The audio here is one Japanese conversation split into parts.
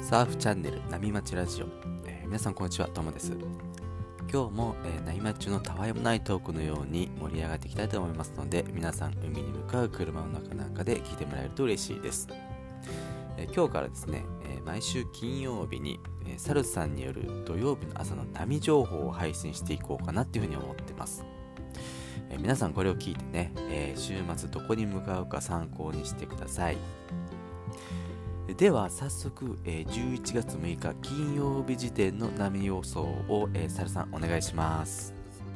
サーフチャンネル波町ラジオ、皆さんこんにちは、ともです。今日も、波町のたわいもないトークのように盛り上がっていきたいと思いますので、皆さん海に向かう車の中なんかで聞いてもらえると嬉しいです。今日からですね、毎週金曜日に、サルさんによる土曜日の朝の波情報を配信していこうかなっていうふうに思ってます。皆さんこれを聞いてね、週末どこに向かうか参考にしてください。では早速、11月6日金曜日時点の波予想を、サルさんお願いします。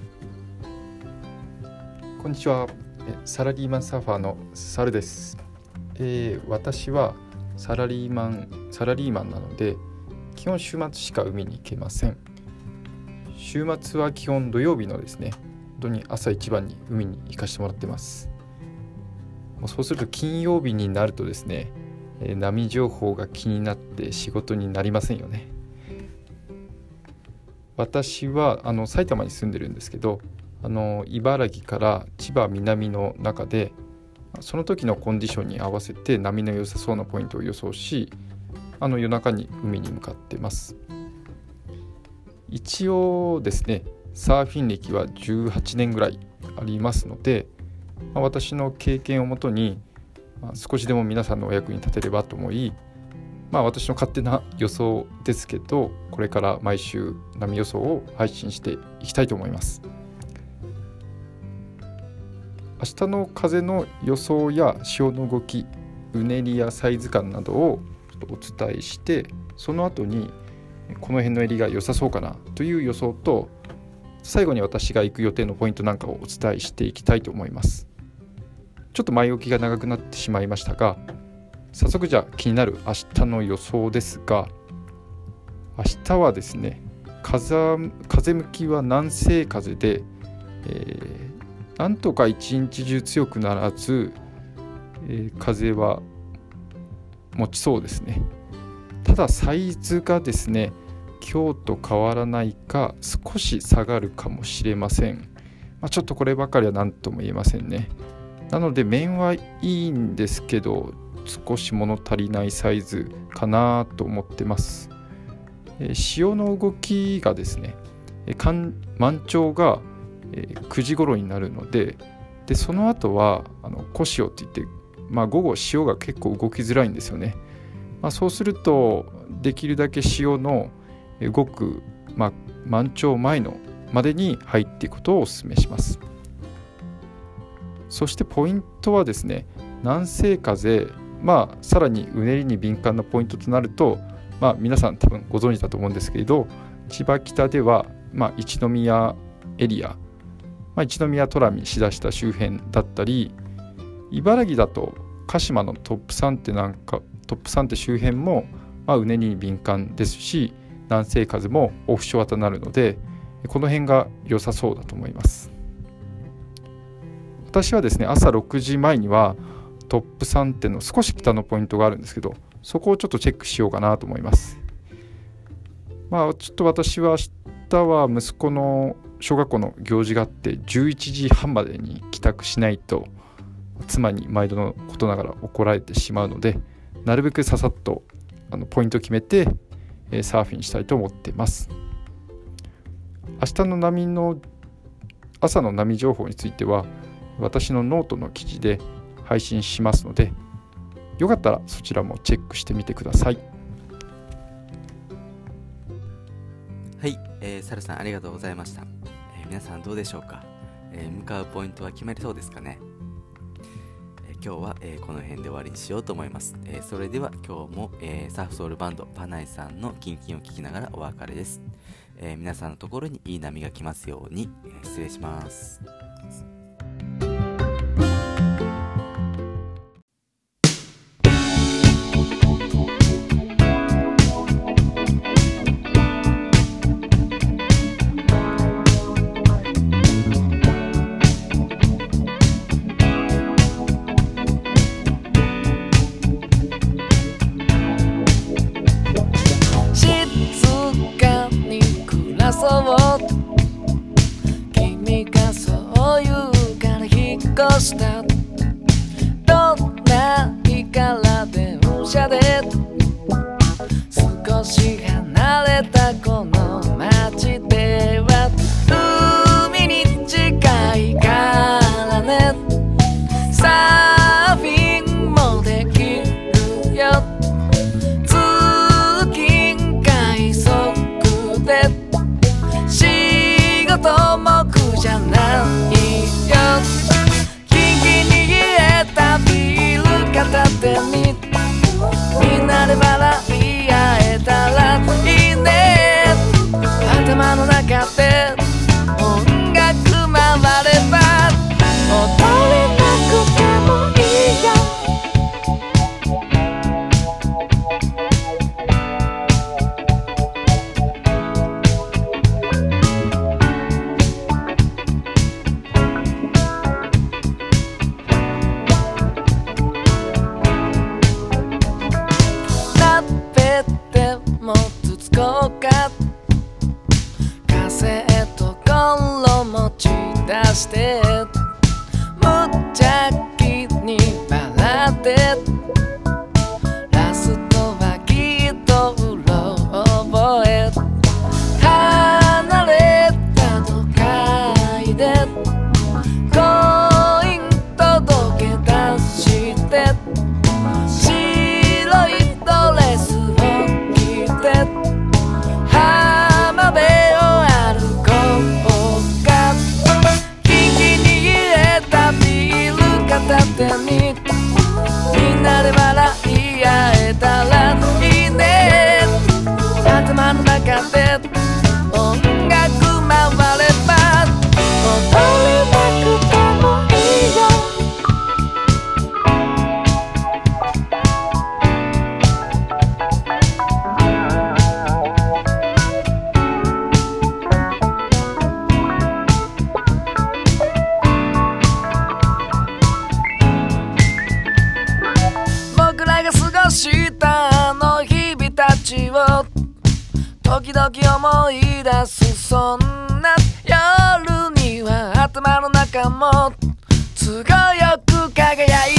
こんにちは、サラリーマンサーファーのサルです。私はサラリーマンなので基本週末しか海に行けません。週末は基本土曜日のですね、本当に朝一番に海に行かせてもらってます。そうすると金曜日になるとですね、波情報が気になって仕事になりませんよね。私は埼玉に住んでるんですけど、茨城から千葉南の中でその時のコンディションに合わせて波の良さそうなポイントを予想し、夜中に海に向かってます。一応ですね、サーフィン歴は18年ぐらいありますので、私の経験をもとに少しでも皆さんのお役に立てればと思い、私の勝手な予想ですけど、これから毎週波予想を配信していきたいと思います。明日の風の予想や潮の動き、うねりやサイズ感などをちょっとお伝えして、その後にこの辺の襟が良さそうかなという予想と、最後に私が行く予定のポイントなんかをお伝えしていきたいと思います。ちょっと前置きが長くなってしまいましたが、早速じゃあ気になる明日の予想ですが、明日はですね、風向きは南西風で、なんとか一日中強くならず、風は持ちそうですね。ただサイズがですね、今日と変わらないか少し下がるかもしれません。ちょっとこればかりは何とも言えませんね。なので面はいいんですけど、少し物足りないサイズかなと思ってます。潮の動きがですね、満潮が9時頃になるので、その後は小潮っていって、午後潮が結構動きづらいんですよね。そうするとできるだけ潮の動く、満潮前のまでに入っていくことをお勧めします。そしてポイントはですね、南西風、さらにうねりに敏感なポイントとなると、皆さん多分ご存知だと思うんですけれど、千葉北では、一宮エリア、一宮トラミしだした周辺だったり、茨城だと鹿島のトップ3って周辺も、うねりに敏感ですし、南西風もオフショアとなるので、この辺が良さそうだと思います。私はですね、朝6時前にはトップ3点の少し北のポイントがあるんですけど、そこをちょっとチェックしようかなと思います。ちょっと私は明日は息子の小学校の行事があって11時半までに帰宅しないと妻に毎度のことながら怒られてしまうので、なるべくささっとポイントを決めてサーフィンしたいと思っています。明日の朝の波情報については私のノートの記事で配信しますので、よかったらそちらもチェックしてみてください。 はい、サルさんありがとうございました。皆さんどうでしょうか。向かうポイントは決まりそうですかね。今日は、この辺で終わりにしようと思います。それでは今日も、サーフソウルバンドパナイさんのキンキンを聞きながらお別れです。皆さんのところにいい波が来ますように。失礼します。 君がそう言うから引っ越した。どんな日から電車で少てラストはきっとうろ覚え離れた都会でコイン届け出して白いドレスを着て浜辺を歩こうかキンキに入れたビール片手にみんなで笑い合えたらいいね頭の中で音楽回れば戻れなくてもいいよ僕らが過ごしたあの日々たちを時々思い出すそんな夜には頭の中も都合よく輝い